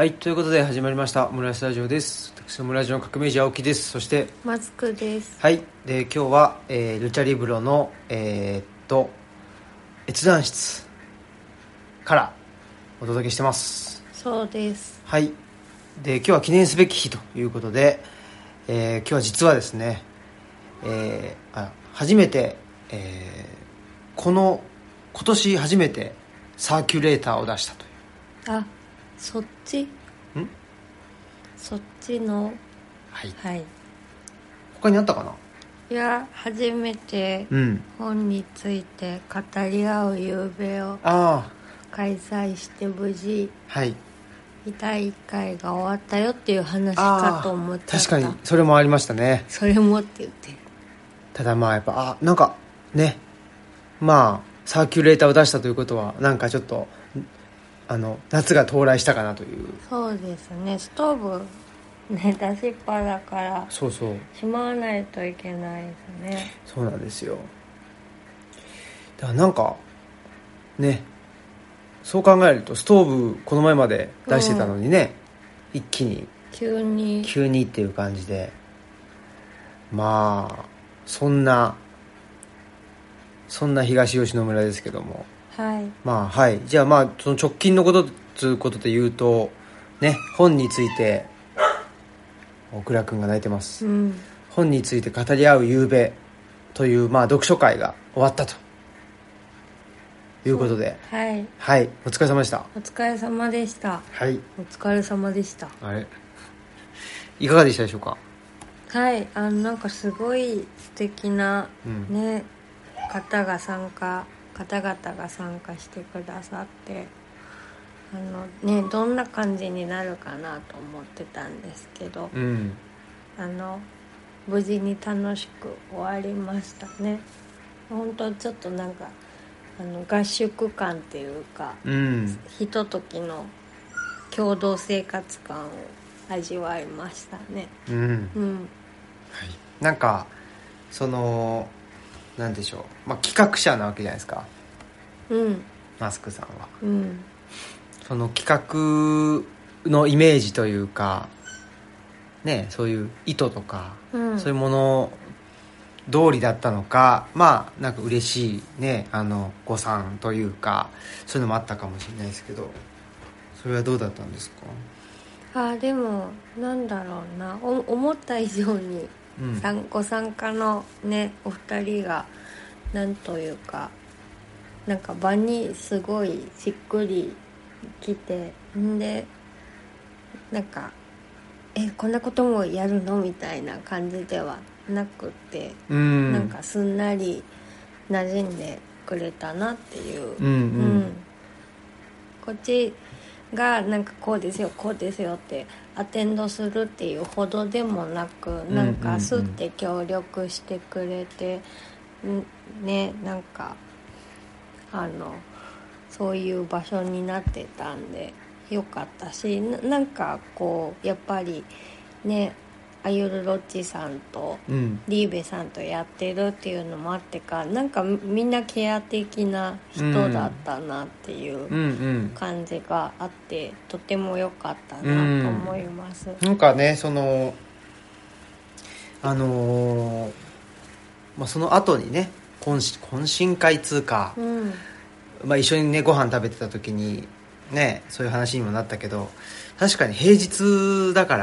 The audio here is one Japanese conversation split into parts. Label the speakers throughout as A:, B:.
A: はい、ということで始まりましたオムライスラジオです。私オムラジオの革命児青木です。そして
B: マスクです。
A: はい、で今日は、ルチャリブロの閲覧室からお届けしてます。
B: そうです。
A: はい、で今日は記念すべき日ということで、今日は実はですね、初めて、今年初めてサーキュレーターを出したという。
B: あ、そっちの
A: はい、
B: はい。
A: 他にあったかな。
B: いや、初めて本について語り合う夕べを開催して無事、
A: はい、
B: 第1回が終わったよっていう話かと思っちゃった。
A: 確かにそれもありましたね。
B: それもって言ってる。
A: ただまあやっぱなんかね、まあサーキュレーターを出したということはなんかちょっと夏が到来したかなという。
B: そうですね。ストーブね、出しっぱだから
A: そうそう、
B: しまわないといけないですね。
A: そうなんですよ。だからなんかね、そう考えるとストーブこの前まで出してたのにね、一気に
B: 急に
A: っていう感じで、まあそんな東吉野村ですけども、
B: はい。
A: まあはい、じゃあまあその直近のことということで言うとね、本について大倉くんが泣いてます、本について語り合う夕べという、まあ読書会が終わったということで、
B: はい、
A: はい、お疲れ様でした。
B: お疲れ様でした。
A: はい、
B: お疲れ様でした。
A: あれいかがでしたでしょうか。
B: はい、なんかすごい素敵な、ね、方々が参加してくださって、ね、どんな感じになるかなと思ってたんですけど、無事に楽しく終わりましたね。本当ちょっとなんか合宿感っていうか、ひとときの共同生活感を味わいましたね。
A: はい、なんかそのなんでしょう、まあ、企画者なわけじゃないですか、マスクさんは、その企画のイメージというかね、そういう意図とか、そういうもの通りだったのか、まあなんか嬉しいね、誤算というかそういうのもあったかもしれないですけど、それはどうだったんですか。
B: でもなんだろうな、思った以上に、ご参加のねお二人がなんというか、なんか場にすごいしっくりきて、んでなんかこんなこともやるのみたいな感じではなくて、なんかすんなり馴染んでくれたなっていう、こっちがなんかこうですよってアテンドするっていうほどでもなく、なんかスッて協力してくれて、ね、なんかそういう場所になってたんでよかったし、なんかこうやっぱりね、アユルロッチさんとリーベさんとやってるっていうのもあってか、なんかみんなケア的な人だったなっていう感じがあって、とても良かったなと思います。
A: なんかね、そのまあ、その後にね懇親会通か、まあ、一緒にねご飯食べてた時にねそういう話にもなったけど、確かに平日だから、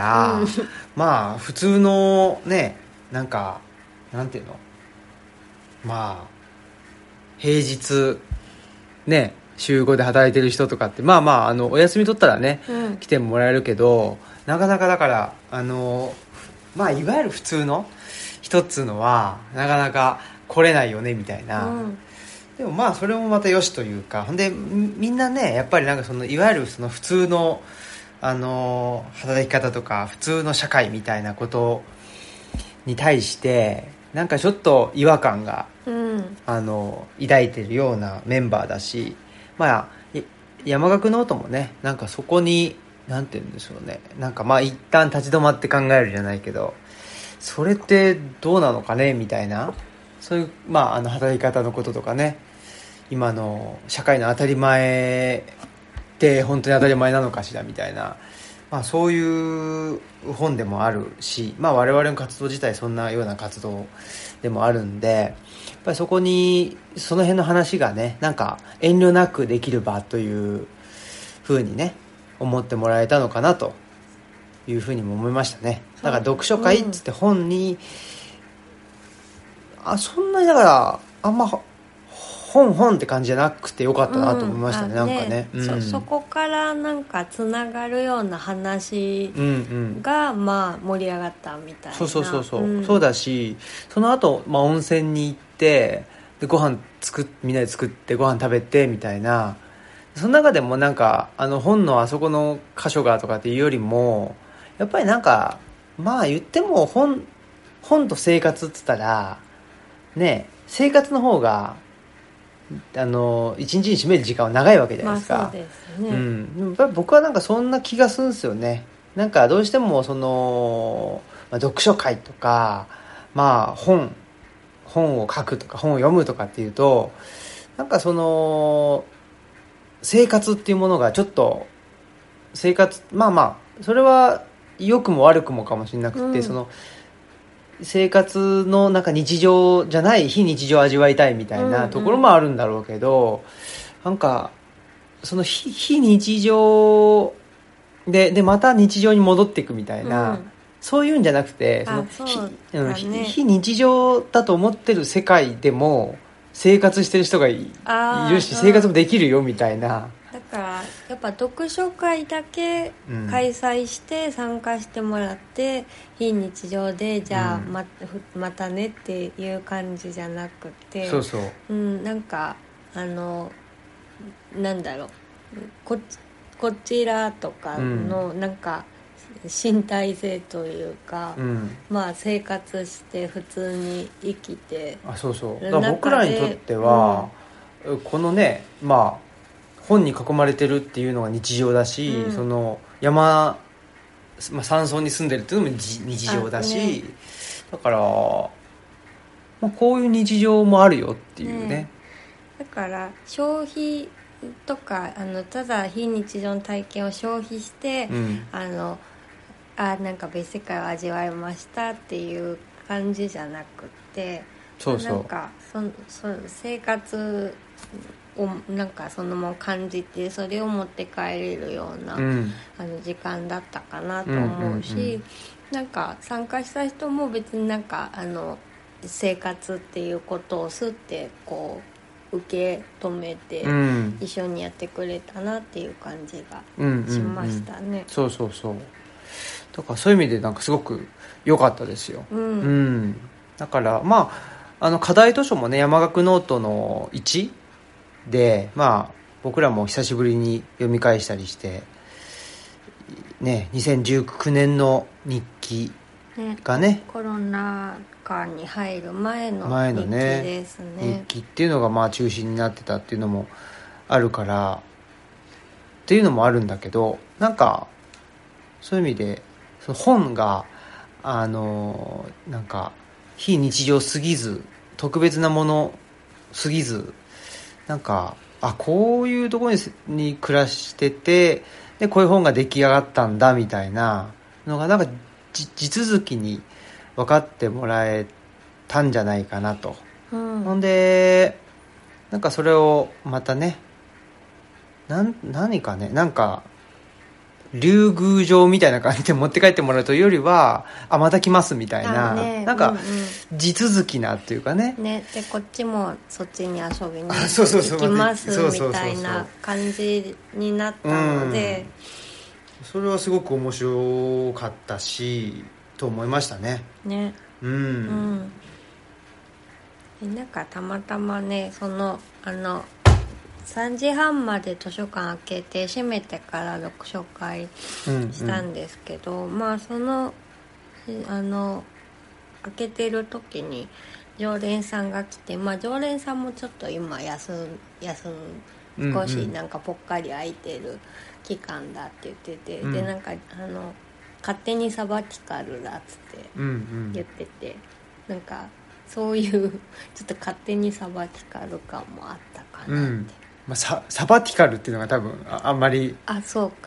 A: まあ普通のね、なんかなんていうの、まあ平日ね週5で働いてる人とかってまあまあお休み取ったらね、来てもらえるけど、なかなかだからまあいわゆる普通の人っつうのはなかなか来れないよねみたいな、でもまあそれもまたよしというか、ほんでみんなねやっぱりなんかそのいわゆるその普通の働き方とか普通の社会みたいなことに対してなんかちょっと違和感が、抱いてるようなメンバーだし、まあ山岳ノートもねなんかそこになんて言うんでしょうね、なんかまあ一旦立ち止まって考えるじゃないけど、それってどうなのかねみたいな、そういうまあ働き方のこととかね、今の社会の当たり前って本当に当たり前なのかしらみたいなそういう本でもあるし、我々の活動自体そんなような活動でもあるんで、やっぱりそこにその辺の話がね、なんか遠慮なくできる場という風にね思ってもらえたのかなという風にも思いましたね。だから読書会っつって本に、そんなにだからあんま本って感じじゃなくてよかったなと思いましたね、なんかね、
B: そこからなんかつながるような話が、盛り上がったみたいな。
A: そうだし、その後、温泉に行ってでみんなで作ってご飯食べてみたいな、その中でもなんか本のあそこの箇所がとかっていうよりも、やっぱりなんか言っても本と生活って言ったらね、生活の方が一日に占める時間は長いわけじゃないですか。
B: そうですね。
A: やっぱり僕はなんかそんな気がするんですよね。なんかどうしてもその、読書会とか、本を書くとか本を読むとかっていうと、なんかその生活っていうものがちょっとそれは良くも悪くもかもしれなくて、その生活のなんか日常じゃない非日常を味わいたいみたいなところもあるんだろうけど、なんかその非日常でまた日常に戻っていくみたいな、そういうんじゃなくて、非日常だと思ってる世界でも生活してる人がいるし、生活もできるよみたいな。
B: だからやっぱ読書会だけ開催して参加してもらって、非日常でじゃあまたねっていう感じじゃなくて、なんかなんだろう、こちらとかのなんか身体性というか、生活して普通に生きて、
A: だから僕らにとっては、このね本に囲まれてるっていうのが日常だし、その山、山村に住んでるっていうのも日常だし、だから、こういう日常もあるよっていうね。
B: だから消費とかただ非日常の体験を消費して、なんか別世界を味わいましたっていう感じじゃなくて、なんか生活をなんかそのまま感じて、それを持って帰れるような、時間だったかなと思うし、なんか参加した人も別になんか生活っていうことをすってこう受け止めて、一緒にやってくれたなっていう感じがしましたね。
A: だからそういう意味でなんかすごく良かったですよ。だから課題図書もね、山岳ノートの1で、僕らも久しぶりに読み返したりしてね、2019年の日記がね、
B: コロナ禍に入る前の日記ですね。
A: 日記っていうのが中心になってたっていうのもあるからっていうのもあるんだけど、なんかそういう意味でその本がなんか非日常すぎず特別なものすぎず、なんかこういうところに暮らしてて、でこういう本が出来上がったんだみたいなのがなんか地続きに分かってもらえたんじゃないかなと、ほんでなんかそれをまたね、何かね、なんか竜宮城みたいな感じで持って帰ってもらうというよりは、また来ますみたいな、なんか地続きなっていうかね、
B: でこっちもそっちに遊びに行きますみたいな感じになったので、
A: それはすごく面白かったしと思いましたね。
B: なんかたまたまね、その3時半まで図書館開けて閉めてから読書会したんですけど、その開けてる時に常連さんが来て、常連さんもちょっと今少しなんかぽっかり空いてる期間だって言ってて、でなんか勝手にサバティカルだっつって言ってて、なんかそういうちょっと勝手にサバティカル感もあったかなって。
A: サバティカルっていうのが多分あんまり
B: そうか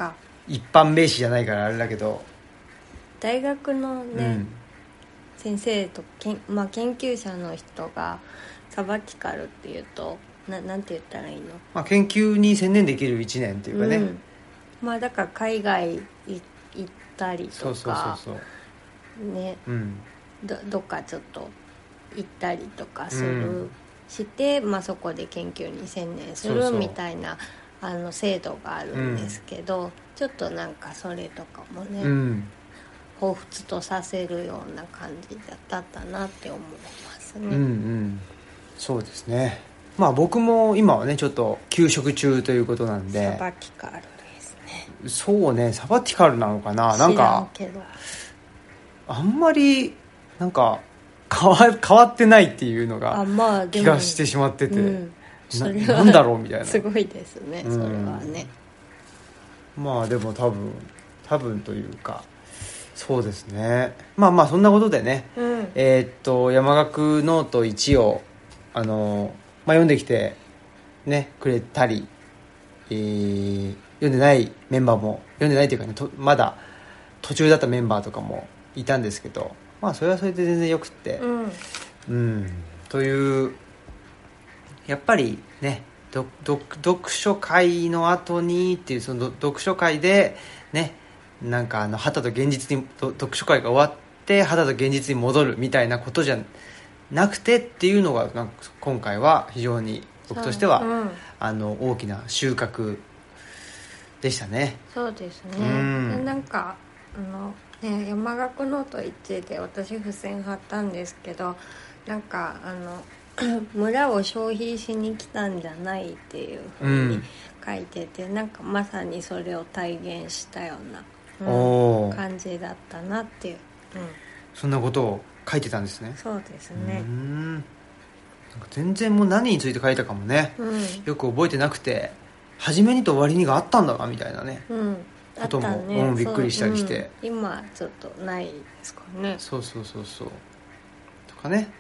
A: 一般名詞じゃないからあれだけど、
B: 大学のね、先生と研究者の人がサバティカルっていうとなんて言ったらいいの、
A: 研究に専念できる1年っていうかね、
B: だから海外行ったりとかね、どっかちょっと行ったりとかする、して、そこで研究に専念するみたいな制度があるんですけど、ちょっとなんかそれとかもね、彷彿とさせるような感じだったなって思いますね。
A: そうですね。僕も今はねちょっと休職中ということなんで、
B: サバティカルですね。
A: そうね、サバティカルなのかな、なん
B: 知らん
A: か
B: けど
A: あんまりなんか変わってないっていうのが気がしてしまってて、
B: それは
A: なんだろうみたいな。
B: すごいですね、それはね。
A: でも多分というか、そうですね。そんなことでね、山岳ノート1を読んできてねくれたり、読んでないメンバーも、読んでないというかね、まだ途中だったメンバーとかもいたんですけど、それはそれで全然よくって、というやっぱりね、読書会の後にっていう、その読書会でね、なんか肌と現実に、読書会が終わって肌と現実に戻るみたいなことじゃなくてっていうのがなんか今回は非常に僕としては、大きな収穫でしたね。
B: そうですね。なんか山岳ノート1で私付箋貼ったんですけど、なんか村を消費しに来たんじゃないっていう風に書いてて、なんかまさにそれを体現したような、感じだったなっていう、
A: そんなことを書いてたんですね。
B: そうですね。
A: なんか全然もう何について書いたかもね、よく覚えてなくて、初めにと終わりにがあったんだなみたいなね、ことも、びっくりしたりして、
B: 今ちょっとないですかね。
A: そうとかね。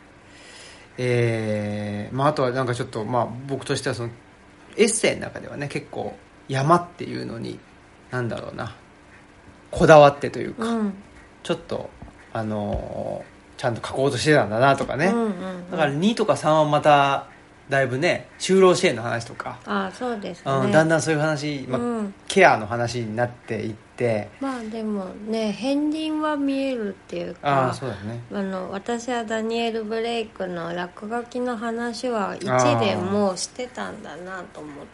A: あとはなんかちょっと僕としてはそのエッセイの中ではね、結構山っていうのになんだろうな、こだわってというか、ちょっとちゃんと書こうとしてたんだなとかね、だから2とか3はまただいぶね、就労支援の話とか、
B: そうですね、
A: だんだんそういう話、ケアの話になっていって、
B: でもね、片鱗は見えるっていうか、
A: そうだね、
B: 私はダニエル・ブレイクの落書きの話は1でもうしてたんだなと思って、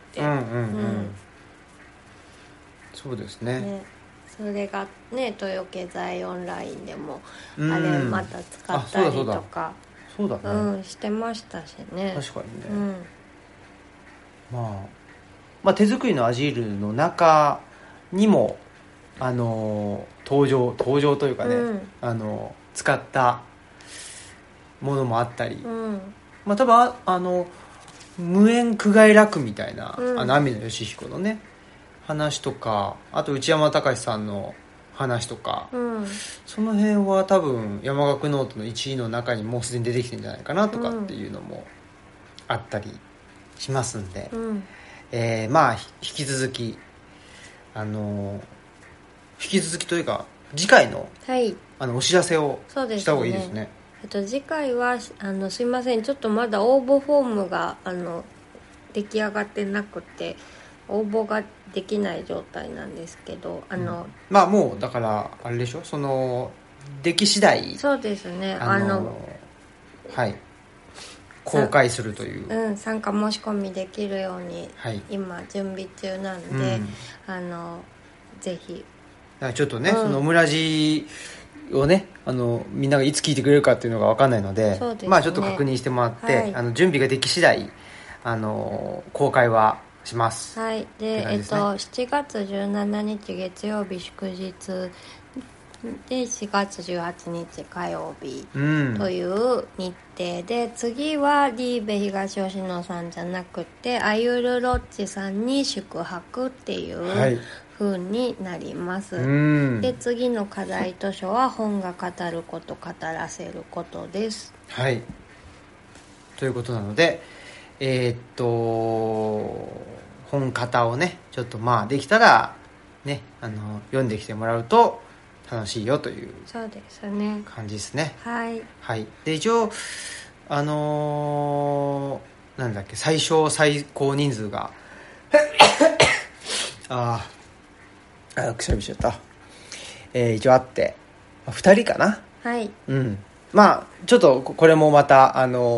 A: そうですね。
B: それがね、豊家財オンラインでもあれまた使ったりとか、
A: そうだね、
B: してましたしね。
A: 確かにね、手作りのアジールの中にも登場というかね、使ったものもあったり、多分無縁苦海楽みたいな、網野義彦のね話とか、あと内山隆さんの話とか、その辺は多分山岳ノートの1位の中にもうすでに出てきてるんじゃないかなとかっていうのもあったりしますんで、引き続きというか次回の、お知らせをした方がいいですね。
B: 次回はすいません、ちょっとまだ応募フォームが出来上がってなくて応募ができない状態なんですけど、
A: もうだからあれでしょ、その出来次第、
B: そうですね、
A: 公開するという、
B: 参加申し込みできるように、今準備中なんで、ぜひ
A: ちょっとね、そのオムラジをね、みんながいつ聞いてくれるかっていうのが分かんないので、ちょっと確認してもらって、準備ができ次第公開はします。
B: で、7月17日月曜日祝日で、4月18日火曜日という日程で、次はリーベ東吉野さんじゃなくてアユルロッチさんに宿泊っていう風になります。で、次の課題図書は本が語ること語らせることです。
A: ということなので、本型をねちょっとできたらね読んできてもらうと楽しいよという
B: そうですね
A: 感じですね。
B: はい、
A: はい、で一応なんだっけ最小最高人数がくしゃみしちゃった、一応あって2人かな。
B: はい、
A: まあちょっとこれもまた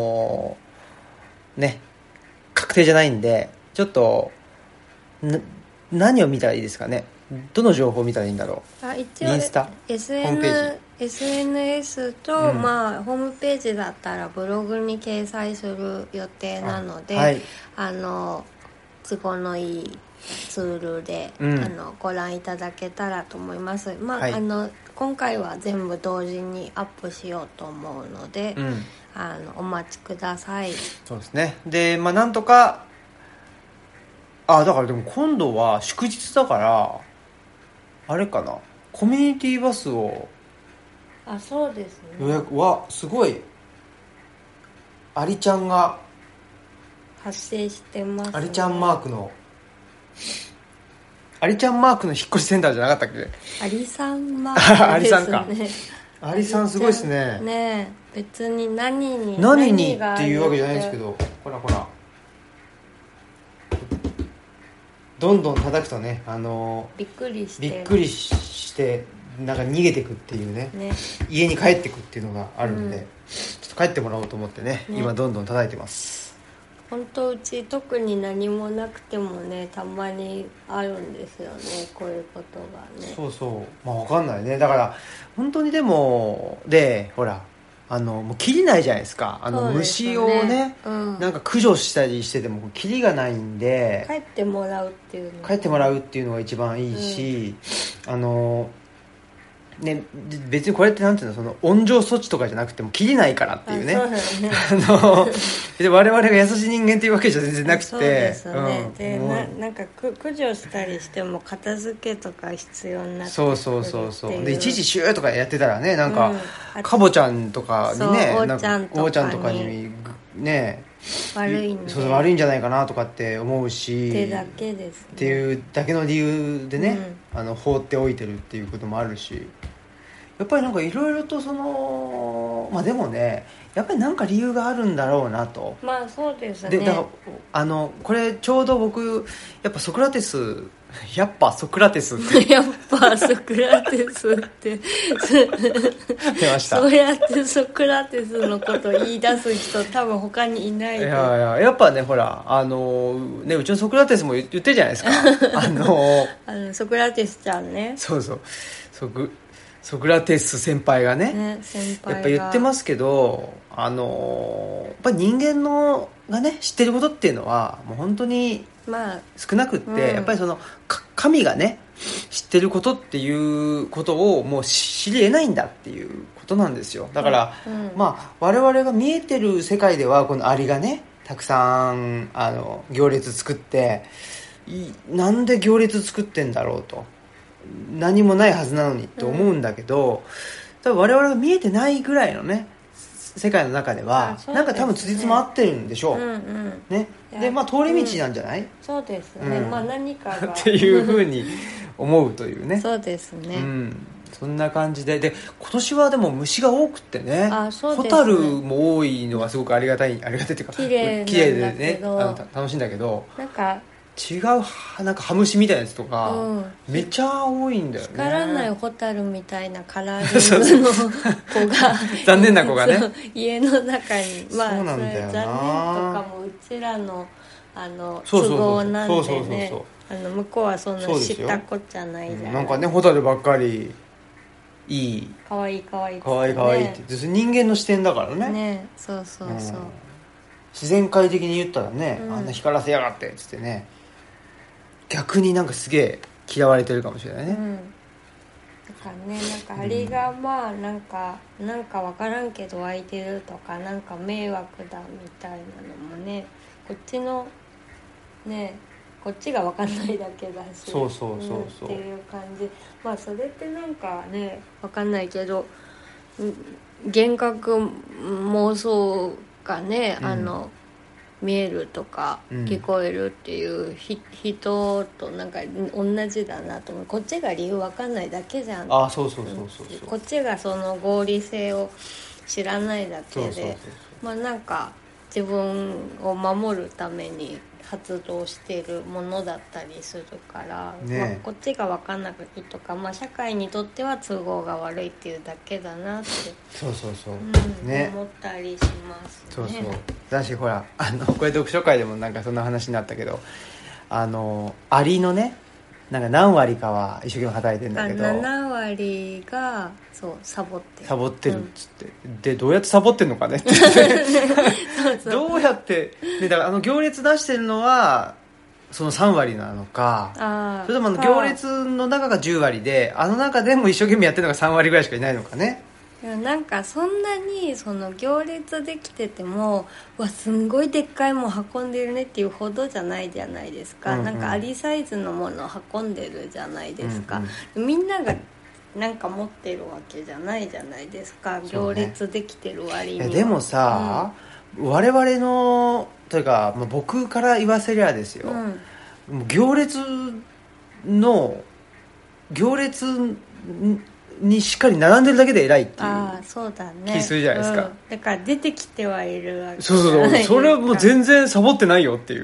A: ね確定じゃないんでちょっと何を見たらいいですかね。どの情報を見たらいいんだろう。
B: 一応
A: インスタ、ホームページ、
B: SNS と、まあホームページだったらブログに掲載する予定なので、はい、都合のいいツールで、ご覧いただけたらと思います。まあ、はい、今回は全部同時にアップしようと思うので、お待ちください。
A: そうですね。で、まあなんとかだからでも今度は祝日だからあれかな、コミュニティバスを
B: そうですね
A: 予約はすごいアリちゃんが
B: 発生してますね。
A: アリちゃんマークの引っ越しセンターじゃなかったっけ。
B: アリさんマークですね。
A: アリさんか。アリさんすごいですね。
B: ねえ、別に何に
A: っていうわけじゃないんですけど、ほらどんどん叩くとね
B: びっくり
A: してなんか逃げてくっていう ね家に帰ってくっていうのがあるんで、ちょっと帰ってもらおうと思ってね今どんどん叩いてます。
B: 本当うち特に何もなくてもねたまにあるんですよね、こういうことがね。
A: そうまあ分かんないね。だから本当にでもほらもうキリないじゃないですか。虫をね、なんか駆除したりしててもキリがないんで、
B: 帰ってもらうっていう
A: のが一番いいし、ね、別にこれってなんていうの、その温情措置とかじゃなくても切りないからっていうね。で我々が優しい人間っていうわけじゃ全然なくて、そうです
B: ね。でなんか駆除したりしても片付けとか必要になってくるっていう。
A: そうでいちいちシューとかやってたらね、なんかカボちゃんとかにね、
B: 王ちゃん
A: とかにね
B: 悪いんで、
A: 悪いんじゃないかなとかって思うし、
B: ってだけですね。
A: っていうだけの理由でね、放っておいてるっていうこともあるし、やっぱりなんかいろいろとまあでもね、やっぱりなんか理由があるんだろうなと。
B: まあそうですね。
A: でだからこれちょうど僕やっぱソクラテスってやっぱソクラテスって
B: 出ました。そうやってソクラテスのことを言い出す人多分他にいないと。
A: やっぱねほらね、うちのソクラテスも言ってるじゃないですか。
B: ソクラテスちゃんね。
A: そうソクラテス先輩がねやっぱ言ってますけど、やっぱ人間がね知ってることっていうのはもう本当に少なくって、やっぱりその神がね知ってることっていうことをもう知り得ないんだっていうことなんですよ。だから、まあ我々が見えてる世界ではこのアリがねたくさん行列作って、なんで行列作ってんだろうと、何もないはずなのにと思うんだけど、多分我々が見えてないぐらいのね世界の中ではなんか多分辻褄合ってるんでしょう、ね。でまあ通り道なんじゃない、
B: そうですね、まあ何かが
A: っていうふうに思うというね。
B: そうですね、
A: そんな感じで今年はでも虫が多くってね、
B: ホ
A: タルも多いのはすごくありがたいっていうか綺麗でね楽しいんだけど、
B: なんか
A: 違うなんかハムシみたいなやつとか、めっちゃ多いんだよね。
B: 光らないホタルみたいなカラーリングの子が
A: 残念な子がね
B: 家の中に、まあそうなんだよな、残念とかもうちらの都合なんでね、向こうはそんな知ったこっちゃないじゃない、
A: なんかねホタルばっかりいい
B: かわいいって
A: 人間の視点だからね。
B: そう
A: 自然界的に言ったらね、あんな光らせやがってっつってね、逆になんかすげえ嫌われてるかもしれないね。
B: だからね、なんかアリがまあなんか分からんけど湧いてるとか、なんか迷惑だみたいなのもね、こっちのねこっちが分かんないだけだし、
A: そう
B: っていう感じ。まあそれってなんかね分かんないけど、幻覚妄想がね、 見えるとか聞こえるっていう人となんか同じだなと思う。こっちが理由分かんないだけじゃん。
A: そうそうそうそうそう、
B: こっちがその合理性を知らないだけで、まあなんか自分を守るために発動しているものだったりするから、
A: ね、
B: こっちが分かんなくてとか、社会にとっては都合が悪いっていうだけだなって
A: そうそうそう、
B: 思ったりしますね。
A: そうそうだし、ほらこれ読書会でもなんかそんな話になったけど、アリのね、なんか何割かは一生懸命働いてるんだけど、
B: 7割がそうサボって
A: るっつって、でどうやってサボってんのかねってそうどうやって、ね、だから行列出してるのはその3割なのか、それとも行列の中が10割で、中でも一生懸命やってるのが3割ぐらいしかいないのかね。
B: なんかそんなにその行列できててもすんごいでっかいもん運んでるねっていうほどじゃないじゃないですか、なんかアリサイズのものを運んでるじゃないですか、みんながなんか持ってるわけじゃないじゃないですか、行列できてる割には。
A: でもさ、我々のというか、僕から言わせりゃですよ、もう行列にしっかり並んでるだけで偉いっていう
B: そうだね、
A: 気するじゃないですか、
B: だから出てきてはいるわけ
A: じゃないですか。そうそれはもう全然サボってないよっていう、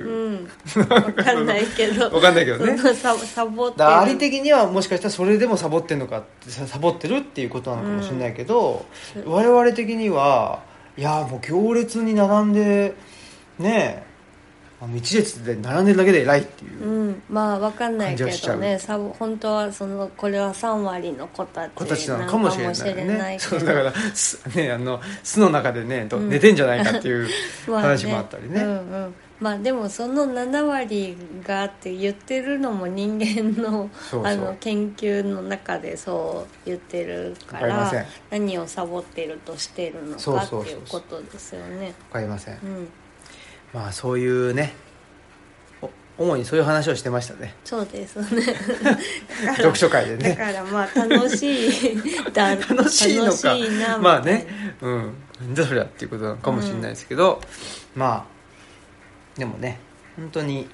B: 分かんないけど
A: ね
B: サボってる。
A: アリ的にはもしかしたらそれでもサボってるのか、サボってるっていうことなのかもしれないけど、我々的にはいやもう行列に並んでね、一列で並んでるだけで偉いっていう、
B: 分かんないけどね、本当はこれは3割の子たちなのかもしれないけど、
A: だから巣の中でね、寝てんじゃないかっていう話もあったりね、
B: でもその7割がって言ってるのも人間の研究の中でそう言ってるから、何をサボってるとしてるのかっていうことですよね。
A: 分かりません、そういうね、主にそういう話をしてましたね。
B: そうですね
A: 読書会でね。
B: だから楽しい
A: 楽しいのか、
B: 楽しいな
A: ね、なんだそりゃっていうことなのかもしれないですけど、でもね、本当に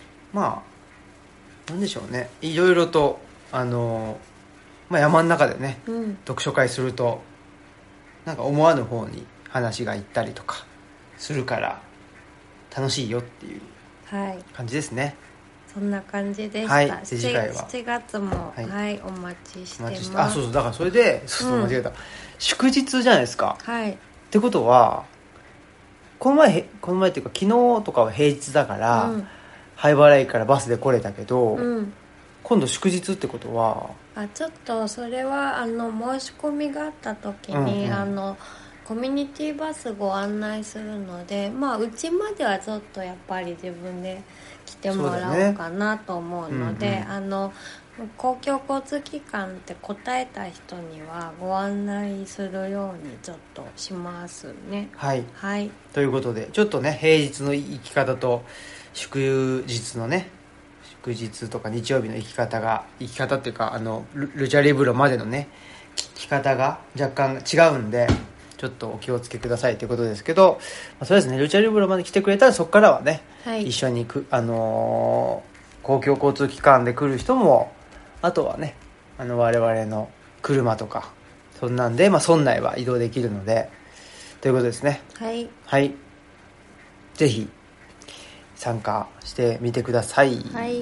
A: なんでしょうね、いろいろと山の中でね、読書会するとなんか思わぬ方に話がいったりとかするから楽しいよっていう感じですね。
B: そんな感じでした。
A: で次回は
B: 7月も、お待ちしてます。
A: そうだからそれで間違えた、祝日じゃないですか。ってことはこの前っていうか昨日とかは平日だから、灰払いからバスで来れたけど、今度祝日ってことは
B: ちょっとそれは申し込みがあった時に、コミュニティバスご案内するので、うちまではちょっとやっぱり自分で来てもらおうかなと思うので、公共交通機関って答えた人にはご案内するようにちょっとしますね。と
A: いうことで、ちょっとね平日の生き方と祝日のね、祝日とか日曜日の生き方っていうかルチャリブロまでのね生き方が若干違うんで、ちょっとお気をつけくださいということですけど、そうですね、ルチャリブロまで来てくれたらそこからはね、一緒に公共交通機関で来る人も、あとはね我々の車とかそんなんで、村内は移動できるのでということですね。ぜひ参加してみてください。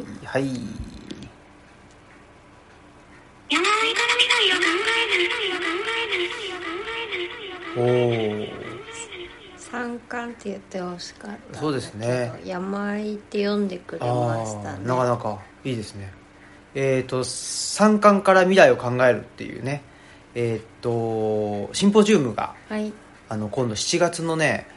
B: 三冠って言ってほしかった。
A: そうですね、
B: 山あいって読んでくれましたね。
A: なかなかいいですね。三冠から未来を考えるっていうね、シンポジウムが、今度7月のね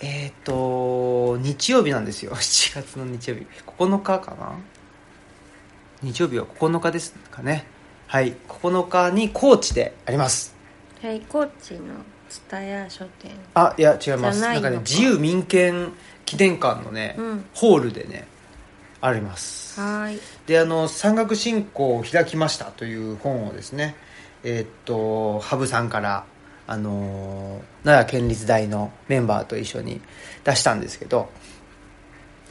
A: 日曜日なんですよ。7月の日曜日9日かな、日曜日は9日ですかね。9日に高知であります。
B: 高知の蔦屋書店。
A: いや違います。なんかね、自由民権記念館のね、ホールでねあります。で山岳信仰を開きましたという本をですね、羽生さんから奈良県立大のメンバーと一緒に出したんですけど、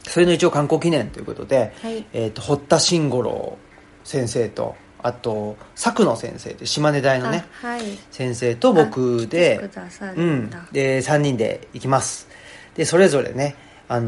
A: それの一応観光記念ということで、
B: はい、
A: 堀田慎五郎先生と、あと佐久野先生で島根大のね、
B: はい、
A: 先生と僕で、で3人で行きます。でそれぞれね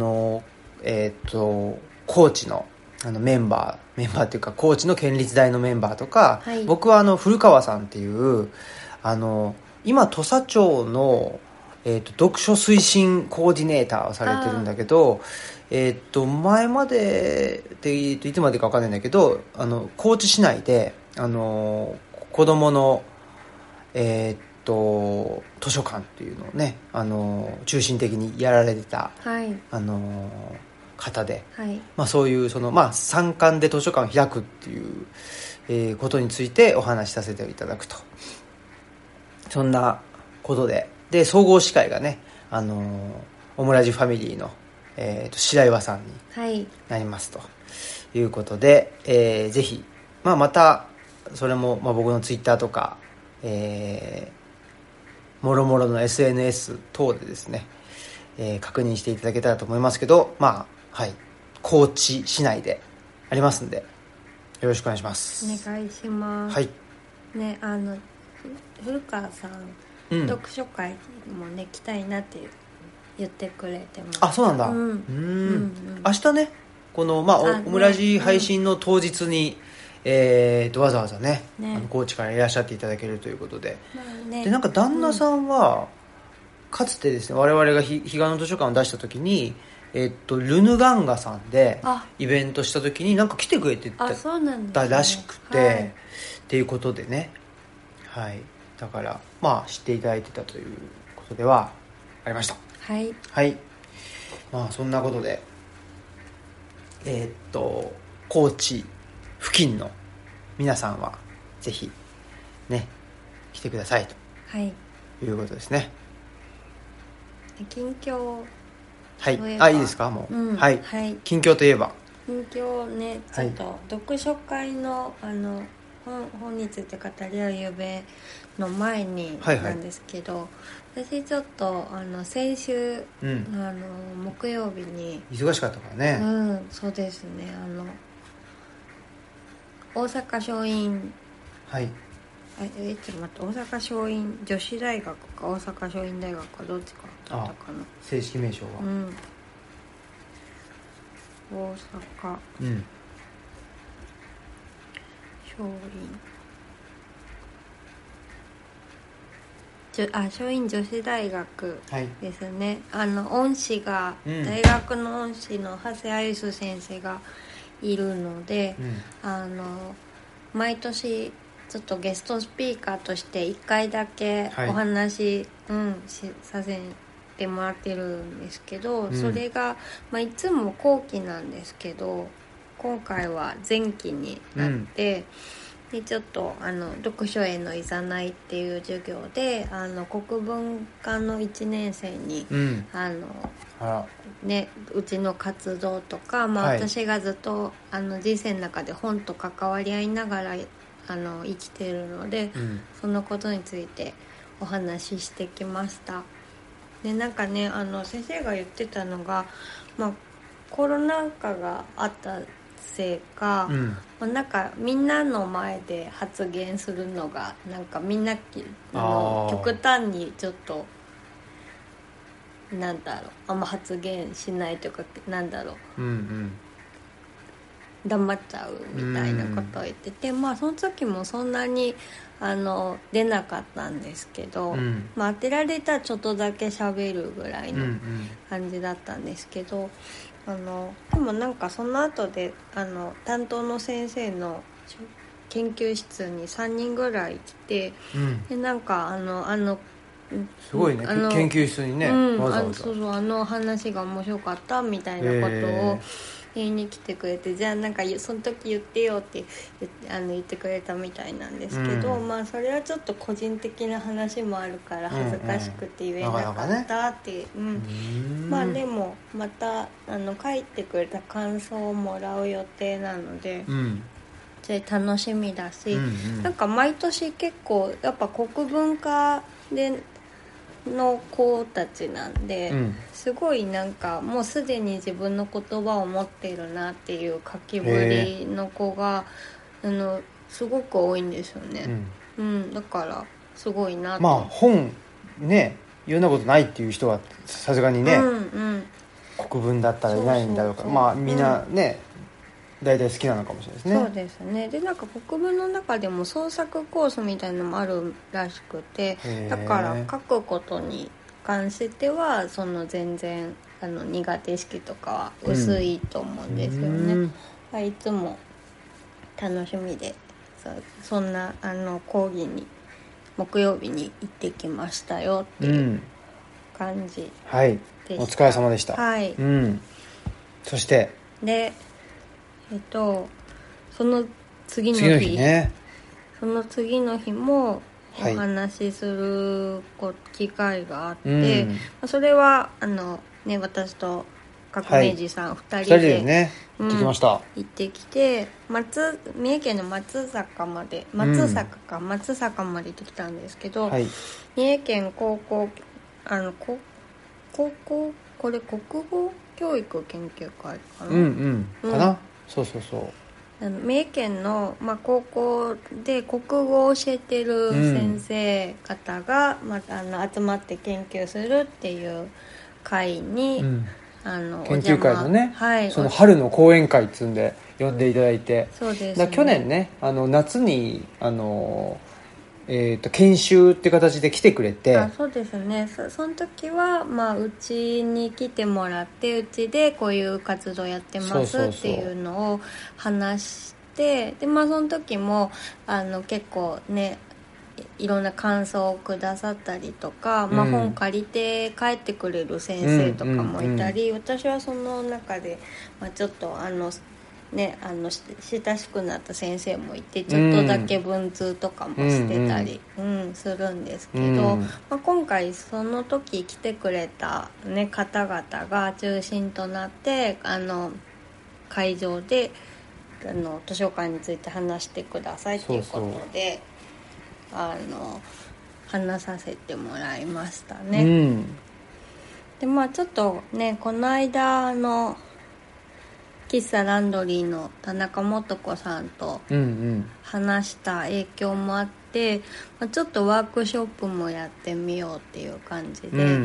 A: 高知のメンバーっていうか高知の県立大のメンバーとか、はい、僕は古川さんっていう今土佐町の、読書推進コーディネーターをされてるんだけど、前までっていつまでか分かんないんだけど高知市内で子供の図書館っていうのをね中心的にやられてた、
B: はい、
A: 方で、
B: はい、
A: そういう参観で図書館を開くっていう、ことについてお話しさせていただくと、そんなことで総合司会がねオムラジファミリーの、白岩さんになりますということで、ぜひ、またそれも、僕のツイッターとかもろもろの SNS 等でですね、確認していただけたらと思いますけど、はい、高知市内でありますんでよろしくお願いします。
B: お願いします。
A: はい。
B: ね、古川さん、読書会もね来たいなって言ってくれてます。
A: あ、そうなんだ。明日ねこのオムラジ配信の当日に、わざわざね高知からいらっしゃっていただけるということで、でなんか旦那さんは、かつてですね我々が彼岸の図書館を出した時にルヌガンガさんでイベントした時になんか来てくれてたらしくて、はい、っていうことでね、はい、だから知っていただいてたということではありました。
B: はい、
A: はい、そんなことで高知付近の皆さんはぜひね来てくださいと、はい、いうことですね。
B: 近況、
A: はい、いいですかもう、はい、はい、近況といえば
B: 近況ね、ちょっと読書会の本について語り合うゆべの前になんですけど、私ちょっと先週、木曜日に
A: 忙しかったからね、
B: そうですね大阪松陰、はい、ちょっと待って、大阪松陰女子大学か大阪松陰大学かどっちかだったかな、
A: 正式名称は、
B: 大阪、松陰女子大学ですね、恩師が、大学の恩師の長谷愛優先生がいるので、毎年ちょっとゲストスピーカーとして1回だけお話、させてもらってるんですけど、それが、いつも後期なんですけど今回は前期になって、でちょっと読書へのいざないっていう授業で国文科の1年生に、うちの活動とか、私がずっと人生の中で本と関わり合いながら生きてるので、そのことについてお話ししてきました。でなんかね先生が言ってたのが、コロナ禍があったせいか、なんかみんなの前で発言するのがなんかみんな極端にちょっとあんま発言しないというか黙っちゃうみたいなことを言ってて、その時もそんなに出なかったんですけど、当てられたらちょっとだけ喋るぐらいの感じだったんですけど、でもなんかその後で担当の先生の研究室に3人ぐらい来て、でなんか
A: すごいね研究室にね、わざわざ
B: そう話が面白かったみたいなことを言いに来てくれて、じゃあなんかその時言ってよって言ってくれたみたいなんですけど、それはちょっと個人的な話もあるから恥ずかしくて言えなかったって、でもまた書いてくれた感想をもらう予定なので、それ楽しみだし、なんか毎年結構やっぱ国文化での子たちなんで、
A: うん、
B: すごいなんかもうすでに自分の言葉を持ってるなっていう書きぶりの子がすごく多いんですよね、うん、だからすごいなと。
A: まあ本ね言うようなことないっていう人はさすがにね、
B: うんうん、
A: 国文だったらいないんだろうから、まあみんなね、大体好きなのかもしれないですね。
B: そうですね。でなんか国文の中でも創作コースみたいなのもあるらしくて、だから書くことに関してはその全然苦手意識とかは薄いと思うんですよね、いつも楽しみでそんな講義に木曜日に行ってきましたよっていう感じでした、
A: はい、お疲れ様でした。
B: はい、
A: そして
B: でその次の日
A: ね、
B: その次の日もお話しする機会があって、それは私と革命児さん2人で、
A: ね、行ってきました。
B: 行ってきて三重県の松阪まで行ってきたんですけど、三重県高校これ国語教育研究会かな、
A: かな、そう
B: 三重県の、高校で国語を教えてる先生方が、集まって研究するっていう会に、
A: 研究会のね、その春の講演会っつうんで呼んでいただいて、
B: そうですね、
A: 去年ね夏に研修って形で来てくれて、
B: そうですね、その時は、うちに来てもらってうちでこういう活動やってますっていうのを話して、でその時も結構ねいろんな感想をくださったりとか、本借りて帰ってくれる先生とかもいたり、私はその中で、ちょっと親しくなった先生もいてちょっとだけ文通とかもしてたり、するんですけど、今回その時来てくれた、方々が中心となって会場で図書館について話してくださいということで話させてもらいましたね、でちょっとねこの間喫茶ランドリーの田中素子さんと話した影響もあって、ちょっとワークショップもやってみようっていう感じで、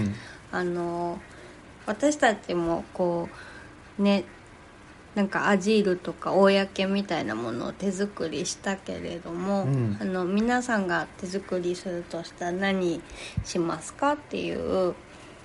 B: 私たちもこうねなんかアジールとか公みたいなものを手作りしたけれども、皆さんが手作りするとしたら何しますかっていう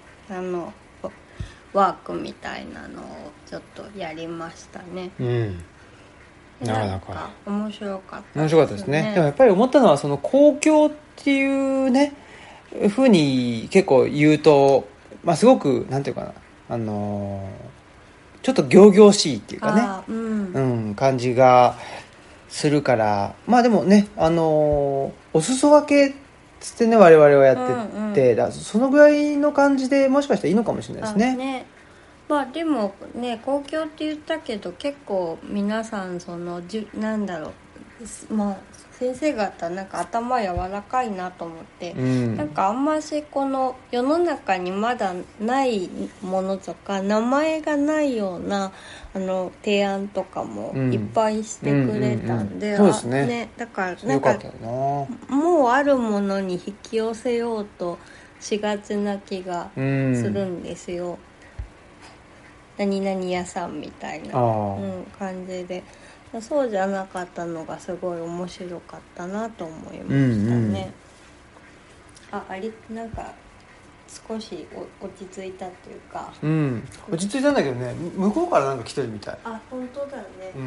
B: ワークみたいなのをちょっとやりましたね、なんか面白かった
A: ですね。でもやっぱり思ったのはその公共っていうね風に結構言うと、すごくなんていうかなちょっと仰々しいっていうかね、感じがするから、でもねお裾分けつってね我々はやってて、そのぐらいの感じでもしかしたらいいのかもしれないですね。
B: でもね公共って言ったけど結構皆さんなんだろう、先生方なんか頭柔らかいなと思って、なんかあんましこの世の中にまだないものとか名前がないような提案とかもいっぱいしてくれたんで、
A: そうですね、
B: だからなんかもうあるものに引き寄せようとしがちな気がするんですよ、何々屋さんみたいな、感じで、そうじゃなかったのがすごい面白かったなと思いましたね、なんか少し落ち着いたっていうか、
A: 落ち着いたんだけどね、向こうからなんか来てるみたい。
B: 本当だね、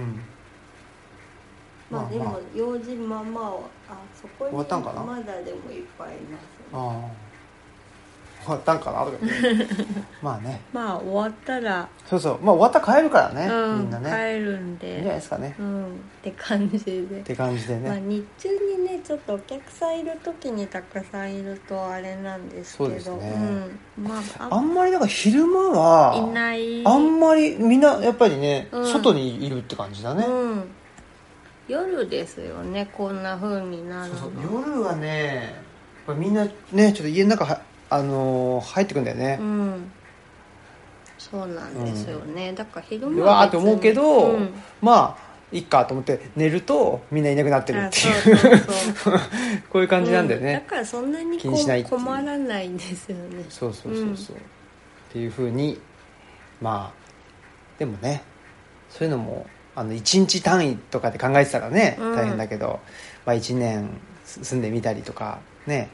B: でも用事そこに
A: 終わったんかな、
B: まだでもいっぱいいますね。
A: 終わったんかなとかね
B: 終わったら
A: 終わったら帰るからね、みんなね
B: 帰るんでいいん
A: じゃないですかね、
B: って感じで
A: ね、
B: 日中にねちょっとお客さんいる時にたくさんいるとあれなんですけど、そうですね、
A: あんまりなんか昼間はいないあんまりみんなやっぱりね、外にいるって感じだね、
B: 夜ですよねこんな風になるの。
A: 夜はねみんなねちょっと家の中入ってくんだよね。
B: そうなんですよね、だから昼間
A: うわーって思うけど、まあいっかと思って寝るとみんないなくなってるっていうそうこういう感じなんだよね、
B: だからそんなに
A: 気にしない
B: 困らないんですよね。
A: そう、っていう風にまあでもねそういうのも1日単位とかで考えてたらね大変だけど、1年住んでみたりとかね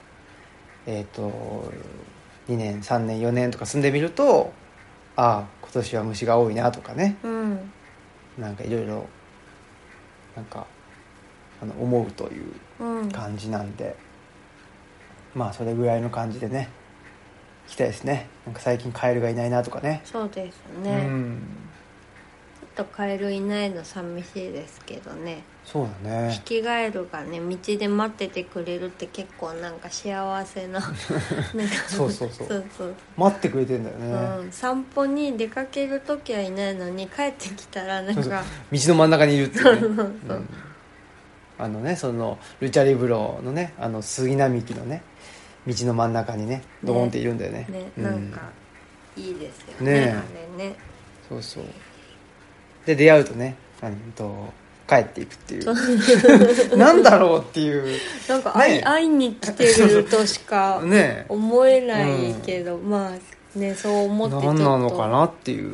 A: 2年3年4年とか住んでみると今年は虫が多いなとかね、なんかいろいろなんか思うという感じなんで、それぐらいの感じでね行きたいですね。なんか最近カエルがいないなとかね。
B: そうですね、ちょっとカエルいないの寂しいですけどね。
A: そうだね、
B: ヒキガエルがね道で待っててくれるって結構なんか幸せななんか
A: そう待ってくれてんだよね、
B: 散歩に出かける時はいないのに帰ってきたらなんか
A: 道の真ん中にいるっていうね、そのルチャリブロのね杉並木のね道の真ん中にねドーンっているんだよね。
B: なんかいいですよねあれね。
A: そうで出会うとね帰っていくっていうなんだろうっていう
B: なんか会いに来てるとしか思えないけど、そう思ってちょっと
A: 何なのかなっていう、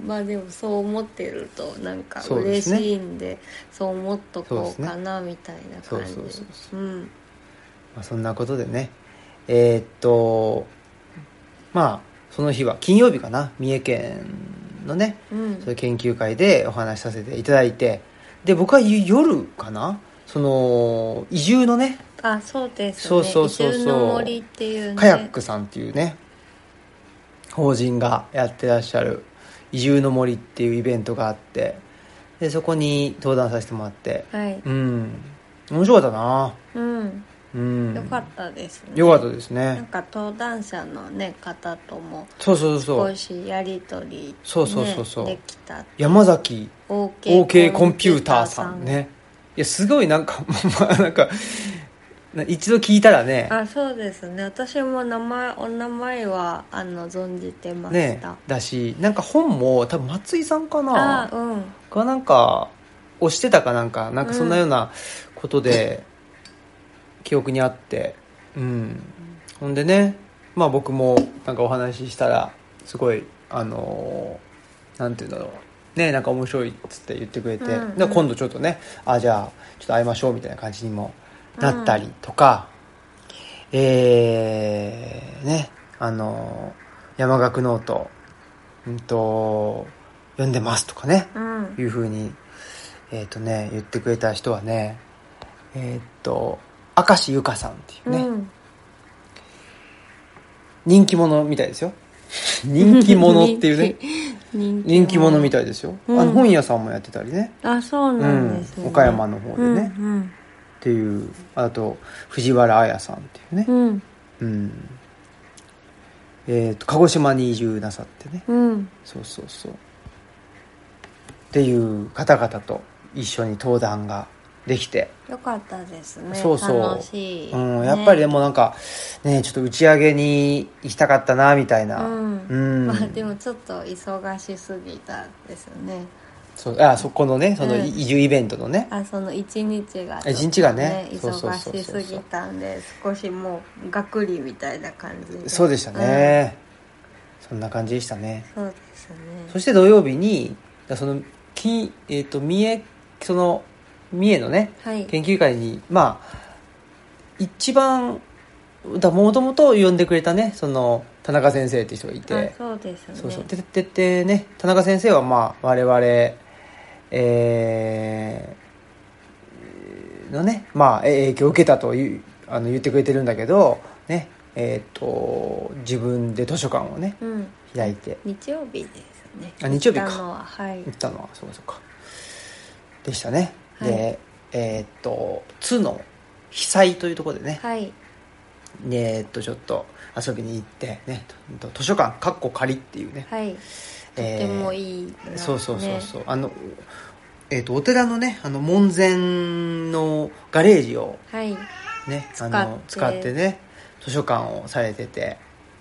B: でもそう思ってるとなんか嬉しいんでそう思っとこうかなみたいな感じ。
A: そんなことでねその日は金曜日かな、三重県のね、そういう研究会でお話しさせていただいて、で僕は夜かなその移住のね
B: そうですね、移住の森っていうね
A: カヤックさんっていうね法人がやってらっしゃる移住の森っていうイベントがあって、でそこに登壇させてもらって、面白かったな。
B: よかったですね。
A: よかったですね。
B: なんか登壇者の、方とも
A: 少
B: しやり取り、できた。
A: 山崎 OK コンピューターさんね。いやすごいなんかなんか一度聞いたらね。
B: そうですね。私もお名前は存じてました。
A: だし、なんか本も多分松井さんかな。がなんか推してたかなんかそんなようなことで。記憶にあって、ほんでね、僕もなんかお話ししたらすごいなんていうんだろうね、なんか面白いっつって言ってくれて、で今度ちょっとねじゃあちょっと会いましょうみたいな感じにもなったりとか、ね山岳ノート読んでますとかね、いう風に言ってくれた人はね明石ゆかさんっていうね、人気者みたいですよ。人気者っていうね人気者みたいですよ、本屋さんもやってたりね。
B: そうなんですね、
A: 岡山の方でね、っていう、あと藤原彩さんっていうね、鹿児島に移住なさってね、そうっていう方々と一緒に登壇ができて
B: よかったですね。
A: 楽
B: しい、
A: やっぱりでもなんかねちょっと打ち上げに行きたかったなみたいな、
B: でもちょっと忙しすぎたですよね。
A: そこのねその移住イベントのね、
B: その一日が
A: ね
B: 忙しすぎたんで少しもうがっくりみたいな感じで。
A: そうでしたね、そんな感じでしたね。
B: そうですね。
A: そして土曜日にその三重のね、研究会に一番もともと呼んでくれたねその田中先生っていう人がいて、
B: そうですね。
A: でね田中先生は我々のね影響を受けたと言ってくれてるんだけどね、自分で図書館をね、開いて
B: 日曜日ですね。
A: 日曜日か
B: 行
A: ったのはそうかでしたね。で津の被災というところでね、ちょっと遊びに行ってね、図書館仮っていうね、
B: とてもいいな、
A: そうお寺のね門前のガレージをね、使ってね図書館をされてて、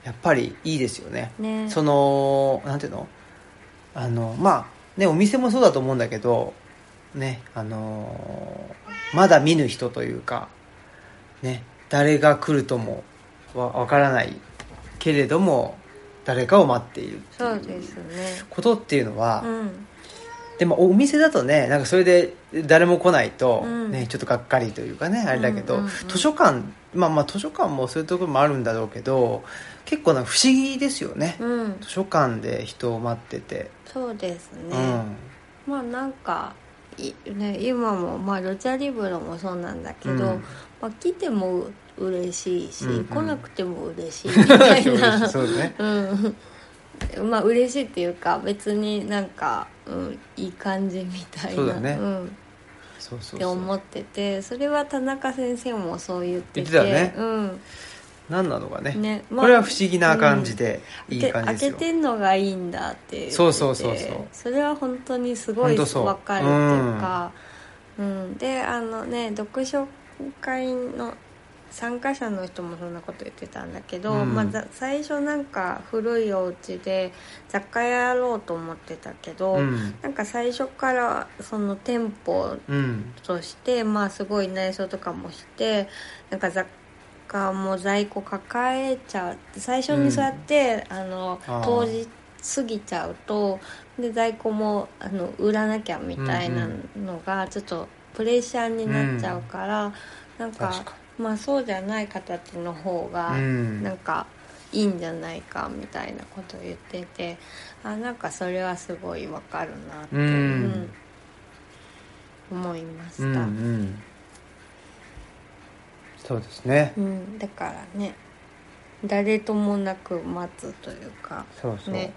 A: やっぱりいいですよね。
B: ね、
A: そのなんていうの、まあね、お店もそうだと思うんだけどね、まだ見ぬ人というかね、誰が来るともわからないけれども誰かを待っているっていうことっていうのは、でもお店だとね、なんかそれで誰も来ないと、ね、ちょっとがっかりというかね、あれだけど、図書館、まあ図書館もそういうところもあるんだろうけど、結構なんか不思議ですよね、図書館で人を待ってて。
B: そうですね、まあなんかね、今もまあルチャリブロもそうなんだけど、まあ、来ても嬉しいし、来なくても嬉しいみたいな
A: そうね、
B: まあ嬉しいっていうか別になんか、いい感じみたいな、
A: そうだね、
B: って思ってて、それは田中先生もそう言ってて、
A: 言ってたよね、何なのかね、これは不思議な感じで、いい感じですよ。
B: 開けてんのがいいんだって言ってて、
A: そう
B: それは本当にすごい分かるっていうか、で読書会の参加者の人もそんなこと言ってたんだけど、最初なんか古いお家で雑貨屋やろうと思ってたけど、なんか最初からその店舗として、すごい内装とかもして、なんか雑貨も在庫抱えちゃう、最初にそうやって、当時過ぎちゃうとで在庫も売らなきゃみたいなのがちょっとプレッシャーになっちゃうから、なんかそうじゃない形の方がなんかいいんじゃないかみたいなことを言ってて、なんかそれはすごいわかるなって、思いました。
A: そうですね、
B: だからね、誰ともなく待つというか、ね、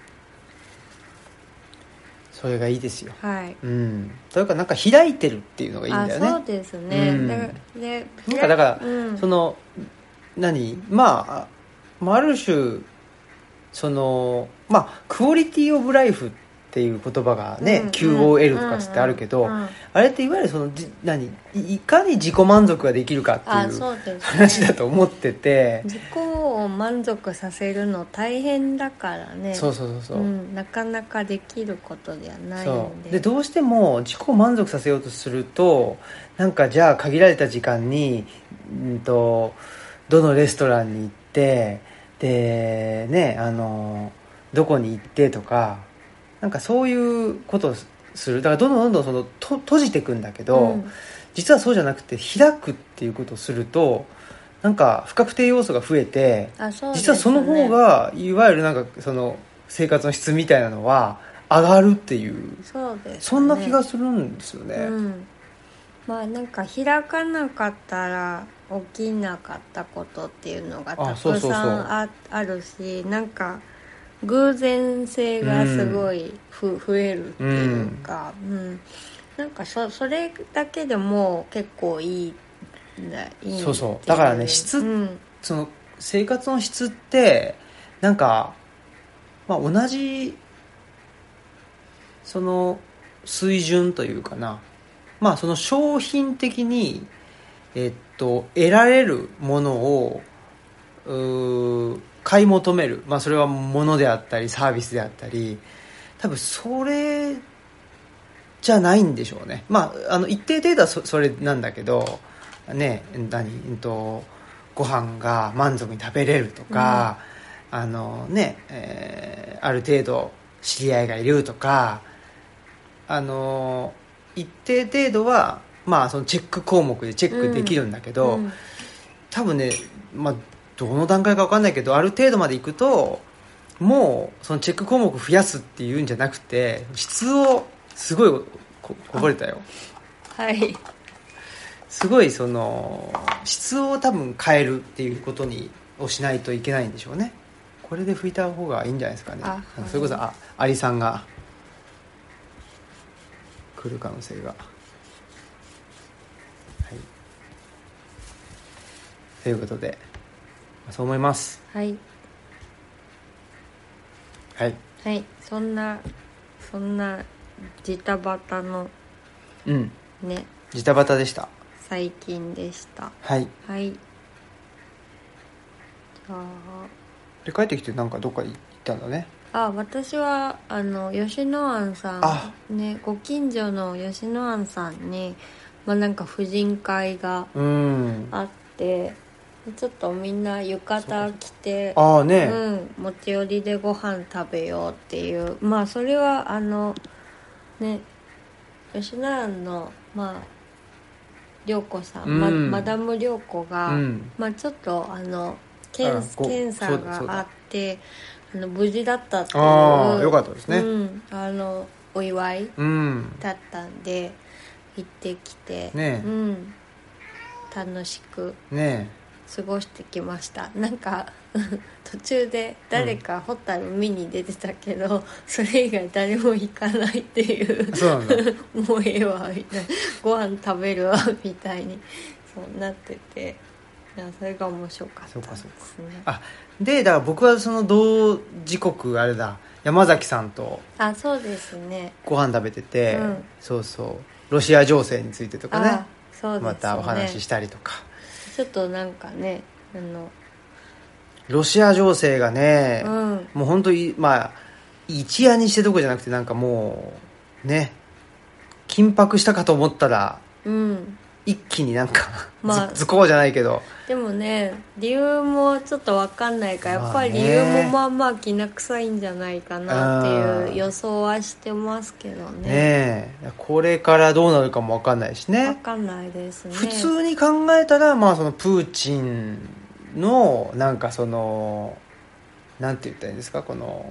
A: それがいいですよ。
B: そ
A: れからなんか開いてるっていうのがいいんだよね。
B: そうですね、
A: なんかだから、そのある種そのクオリティオブライフっていう言葉がね、QOL とかつってあるけど、あれっていわゆるそのいかに自己満足ができるかっていう話だと思ってて、
B: 自己を満足させるの大変だからね。なかなかできることではないんで、
A: どうしても自己を満足させようとすると、なんかじゃあ限られた時間にどのレストランに行ってでね、どこに行ってとか、なんかそういうことをする。だからどんどんその閉じていくんだけど、実はそうじゃなくて開くっていうことをすると、なんか不確定要素が増えて、実はその方がいわゆるなんかその生活の質みたいなのは上がるっていう、そんな気がするんですよね。
B: なんか開かなかったら起きなかったことっていうのがたくさんあるし、なんか偶然性がすごい増えるっていうか、なんかそれだけでも結構いい
A: だからね、その生活の質ってなんか、同じその水準というかな、その商品的に得られるものを買い求める、それは物であったりサービスであったり、多分それじゃないんでしょうね。一定程度はそれなんだけどね、ご飯が満足に食べれるとか、ある程度知り合いがいるとか、一定程度はそのチェック項目でチェックできるんだけど、多分ね、どの段階か分かんないけど、ある程度までいくともうそのチェック項目増やすっていうんじゃなくて、質をすごいこぼれたよ。すごいその質を多分変えるっていうことをしないといけないんでしょうね。これで拭いた方がいいんじゃないですかね。それこそアリさんが来る可能性が、ということでそう思います。
B: そんなジタバタのね、
A: ジタバタでした。
B: 最近でした。じゃあ
A: で帰ってきてなんかどっか行ったんだね。
B: 私は吉野庵さんね、ご近所の吉野庵さんに、なんか婦人会があって、ちょっとみんな浴衣着て、持ち寄りでご飯食べようっていう、それはね、吉野庵の涼子さん、マダム涼子が、ちょっと検査があって無事だったっていう、
A: よかったですね、
B: お祝いだったんで、行ってきて、楽しく過ごしてきました。なんか途中で誰かホタル見に出てたけど、それ以外誰も行かないっていう
A: そうなんだ
B: もうええわみたいな、ご飯食べるわみたいにそうなってて、それが面白かったですね。
A: でだから僕はその同時刻あれだ、山崎さんと
B: そうですね、
A: ご飯食べてて、そうそうロシア情勢についてとかね、
B: そうですね、
A: またお話ししたりとか、
B: ちょっとなんかね、
A: ロシア情勢がね、もう本当に一夜にしてどころじゃなくて、なんかもうね緊迫したかと思ったら、一気になんか図工じゃないけど、
B: でもね理由もちょっと分かんないから、やっぱり理由もきな臭いんじゃないかなっていう予想はしてますけどね。
A: これからどうなるかも分かんないしね。
B: 分かんないですね。
A: 普通に考えたらそのプーチンのなんかそのなんて言ったらいいんですか、この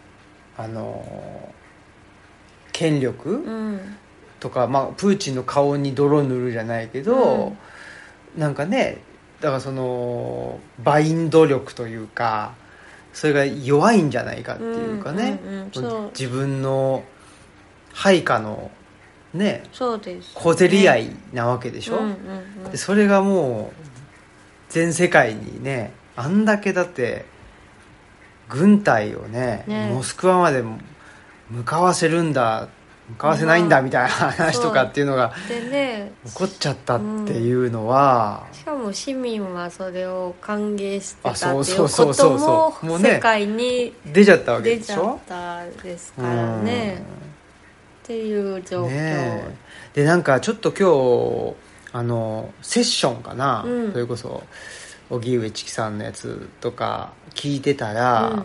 A: 権力、とか、プーチンの顔に泥塗るじゃないけど、なんかね、だからそのバインド力というか、それが弱いんじゃないかっていうかね、自分の配下のね、
B: そうですね、
A: 小競り合いなわけでしょ、でそれがもう全世界にね、あんだけだって軍隊をねモスクワまで向かわせるんだ、向かわせないんだみたいな話とかっていうのが起こっちゃったっていうのは、
B: しかも市民はそれを歓迎してたっていうことも世界に
A: 出ちゃったわけでしょ、
B: 出ちゃったですからね、っていう状況
A: で、なんかちょっと今日セッションかな、それこそ荻上チキさんのやつとか聞いてたら、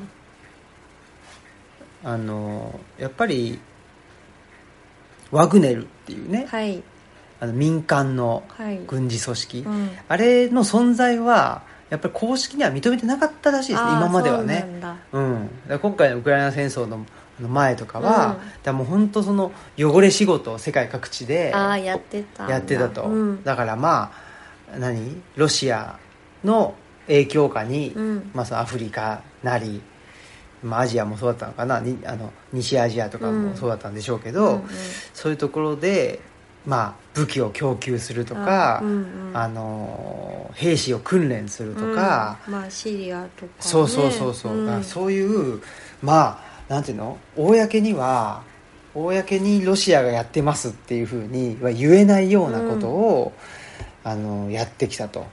A: やっぱりワグネルっていうね、民間の軍事組織、あれの存在はやっぱり公式には認めてなかったらしいですね、今まではね。だ今回のウクライナ戦争の前とかは、だもう本当その汚れ仕事を世界各地で
B: やってた
A: と、だからロシアの影響下に、そのアフリカなり、アジアもそうだったのかな、西アジアとかもそうだったんでしょうけど、そういうところで、武器を供給するとか、兵士を訓練するとか、
B: シリアとかね、
A: そういうなんていうの、公にロシアがやってますっていうふうには言えないようなことを、やってきたと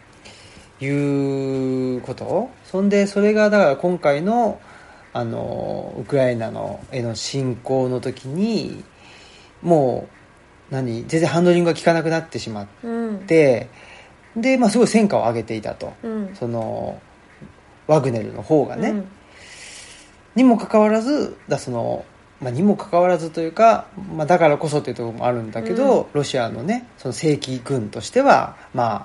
A: いうこと。それがだから今回のウクライナへの侵攻の時にもう全然ハンドリングが効かなくなってしまって、ですごい戦果を上げていたと、そのワグネルの方がね、にもかかわらずにもかかわらずというか、だからこそというところもあるんだけど、ロシアのね、その正規軍としては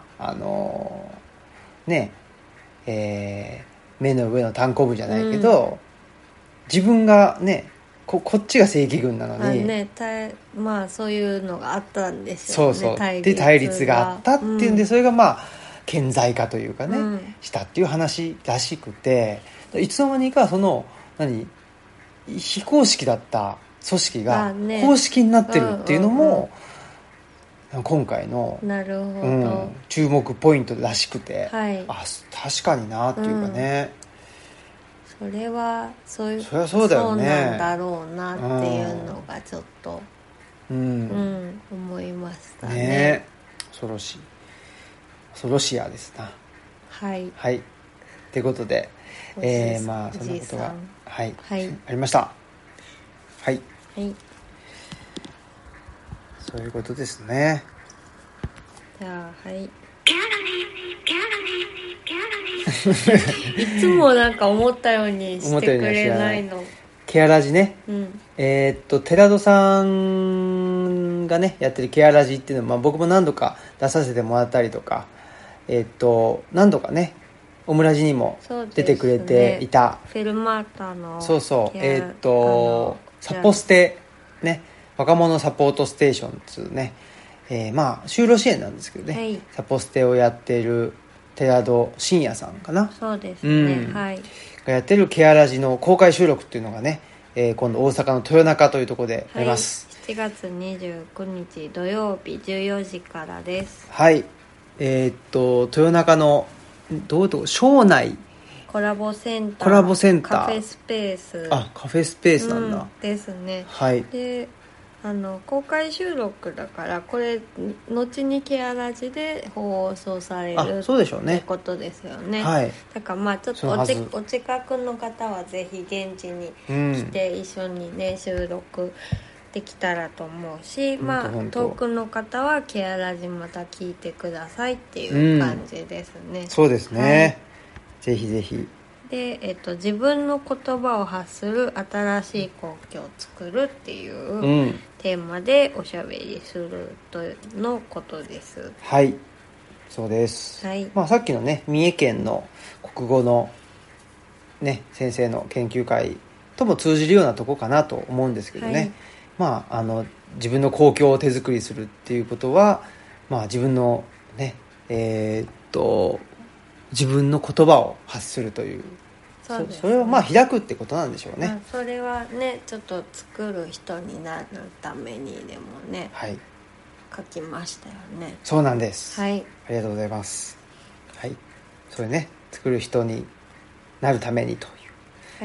A: 目の上の単行部じゃないけど、自分がねこっちが正規軍なのに、
B: そういうのがあったんですよね。
A: で対立があったっていうんで、それが顕在化というかね、したっていう話らしくて、いつの間にかその非公式だった組織が公式になってるっていうのも、今回の注目ポイントらしくて、確かになっていうかね、
B: それはそりゃ
A: そうだよね、
B: そうなんだろうなっていうのがちょっと、思いましたね。
A: 恐ろしやですな。はいということで、 まあそんなことがはい、
B: はい、
A: ありましたはい、
B: はい、
A: そういうことですね。
B: じゃあはいいつもなんか思ったようにしてくれないの。
A: ケアラジね、
B: うん、
A: 寺戸さんがねやってるケアラジっていうのは、まあ、僕も何度か出させてもらったりとか、何度かねオムラジにも出てくれていた、
B: フェルマータの
A: そうそうサポステね、若者サポートステーションつうね、まあ就労支援なんですけどね、
B: はい、
A: サポステをやっている寺戸真也さんかな、
B: そうですね、はい、
A: がやってるケアラジの公開収録っていうのがね、今度大阪の豊中というところであります、
B: はい、7月29日土曜日14時からです。
A: はい、豊中のどういうとこ庄内
B: コラボセンター、カフェスペース、
A: カフェスペースなんだ、
B: ですね。
A: はい、
B: で公開収録だからこれ後にケアラジで放送される
A: そうでしょうね
B: ってことですよね、
A: はい、
B: だからまあちょっとお近くの方はぜひ現地に来て一緒にね、収録できたらと思うし、まあ遠くの方はケアラジまた聞いてくださいっていう感じですね、
A: そうですね、はい、ぜひぜひ
B: で、自分の言葉を発する新しい光景を作るっていうテーマでおしゃべりするとのことです。
A: はい、そうです、
B: はい、
A: まあ、さっきのね三重県の国語のね先生の研究会とも通じるようなとこかなと思うんですけどね、はい、まあ自分の公共を手作りするっていうことは、まあ、自分のね自分の言葉を発するという、それをまあ開くってことなんでしょうね、
B: まあ、それはねちょっと作る人になるためにでもね、
A: はい、
B: 書きましたよね。
A: そうなんです、
B: はい、
A: ありがとうございます、はい、それね作る人になるためにという、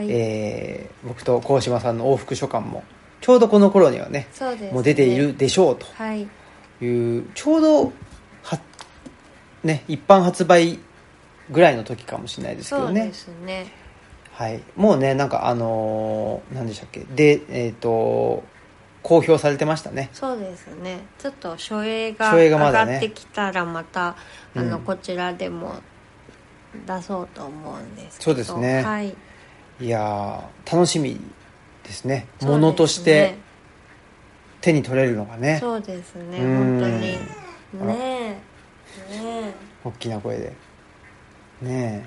A: はい、僕と鴻島さんの往復書簡もちょうどこの頃には ねもう出ているでしょうという、はい、ちょうどね、一般発売ぐらいの時かもしれないですけどね。
B: そうですね、
A: はい、もうねなんか何でしたっけで公表されてましたね。
B: そうですね、ちょっと書影が上がってきたらまた、こちらでも出そうと思うんですけど、
A: そうですね、
B: はい、
A: いや楽しみですね、ものとして手に取れるのがね。
B: そうですね、本当にねえ
A: 大きな声でねえ、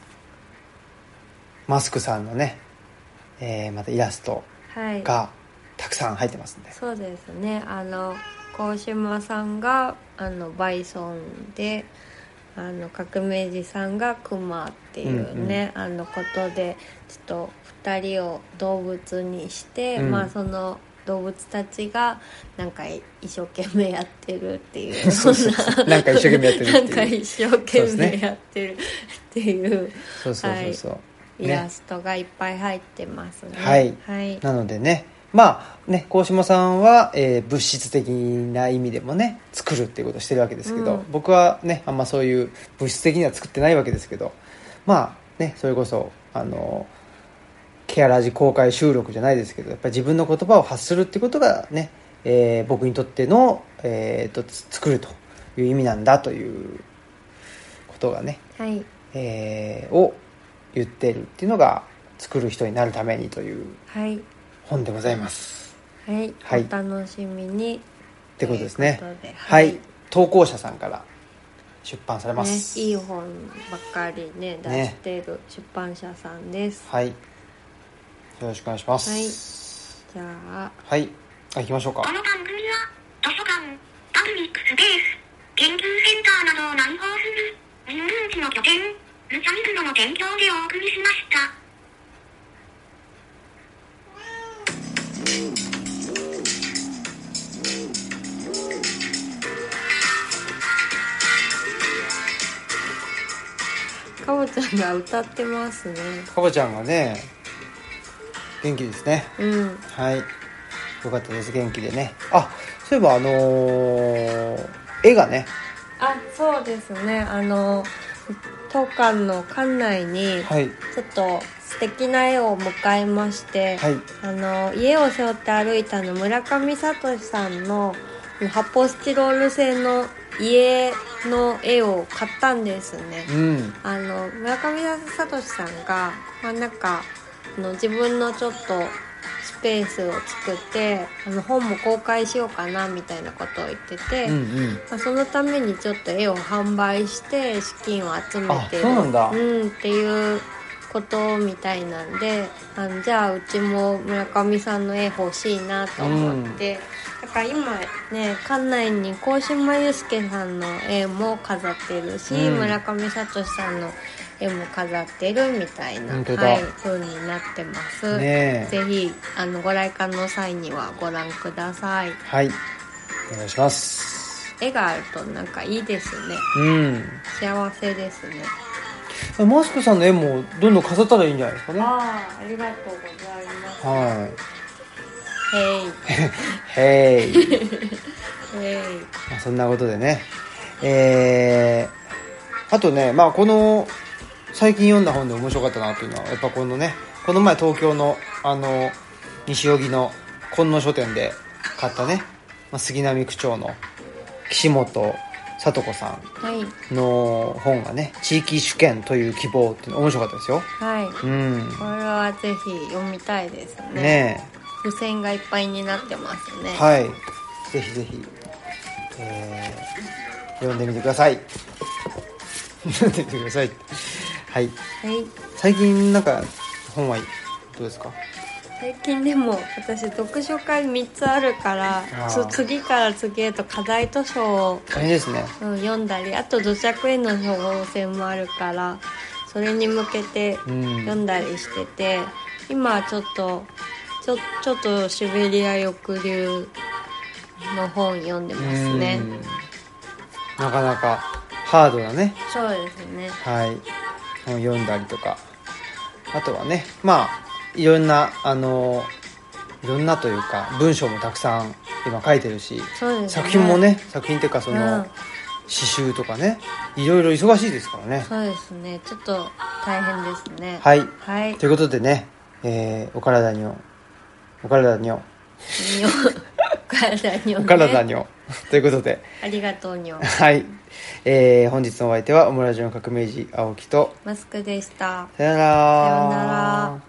A: マスクさんのね、またイラストがたくさん入ってますんで、
B: そうですね、鴻島さんがバイソンで革命児さんがクマっていうね、ことでちょっと2人を動物にして、まあその動物たちがなんか一生懸命やってるっていう
A: なんか一生懸命やってるっていう
B: なんか一生懸命やってるっていうイラストがいっぱい入ってますね。
A: はい、はい、なのでね、まあね鴻島さんは、物質的な意味でもね作るっていうことをしてるわけですけど、僕はねあんまそういう物質的には作ってないわけですけど、まあねそれこそケアラジ公開収録じゃないですけど、やっぱり自分の言葉を発するっていうことがね、僕にとっての、作るという意味なんだということがね、
B: はい、
A: を言ってるっていうのが作る人になるためにという本でございます。
B: はい、はい、お楽しみに
A: ってことですね。はい、投稿者さんから出版されます、
B: ね、いい本ばっかりね出してる出版社さんです。
A: はい、よろしくお願いします。
B: はい、じゃあ
A: はい行きましょうか。
C: この番組は図書館、パブリックスペース、研究センターなどを内包する人文地の拠点ルチャリブロの提供でお送りしました。
B: かぼちゃんが歌ってますね。
A: かぼちゃんがね元気ですね。はい、よかったです、元気でね。あ、そういえば絵がね、
B: そうですね、 当館の館内にちょっと素敵な絵を迎えまして、はい、家を背負って歩いた村上聡さんの発泡スチロール製の家の絵を買ったんですね、うん、村上聡さんが、なんか自分のちょっとスペースを作って本も公開しようかなみたいなことを言ってて、うんうん、そのためにちょっと絵を販売して資金を集めてるっていうことみたいなんで、じゃあうちも村上さんの絵欲しいなと思って、だから今ね館内に高島祐介さんの絵も飾ってるし、村上聡さんの絵も飾ってるみたいな、はい、風になってます、ね、ぜひご来館の際にはご覧ください。
A: はい、お願いします。
B: 絵があるとなんかいいですね、うん、幸せですね。
A: マスクさんの絵もどんどん飾ったらいいんじゃないですかね。
B: ありがとうございます。
A: はい。
B: へい
A: そんなことでね、あとね、この最近読んだ本で面白かったなというのはやっぱこのね、この前東京の西荻の今野書店で買ったね、杉並区長の岸本聡子さんの本がね、地域主権という希望っていうの面白かったですよ。
B: はい、うん、これはぜひ読みたいです ね。付箋がいっぱいになってますね。
A: はい、ぜひぜひ、読んでみてください。読んでみてください。はい、はい、最近なんか本はどうですか？
B: 最近でも私読書会3つあるから次から次へと課題図書を
A: 大変ですね、
B: 読んだり、あと土着への処方箋もあるからそれに向けて読んだりしてて、今はちょっとシベリア抑留の本読んでますね。
A: なかなかハードなね。
B: そうですね、
A: はい、本読んだりとか、あとはね、いろんなというか文章もたくさん今書いてるし、ね、作品もね、作品っていうか刺繍とかね、いろいろ忙しいですからね。
B: そうですね、ちょっと大変ですね。
A: はい、はい、ということでね、お体にょお体にょということで
B: ありがとうにょ。
A: はい、本日のお相手はオムラジオの革命児青木と
B: マスクでした。
A: さよなら。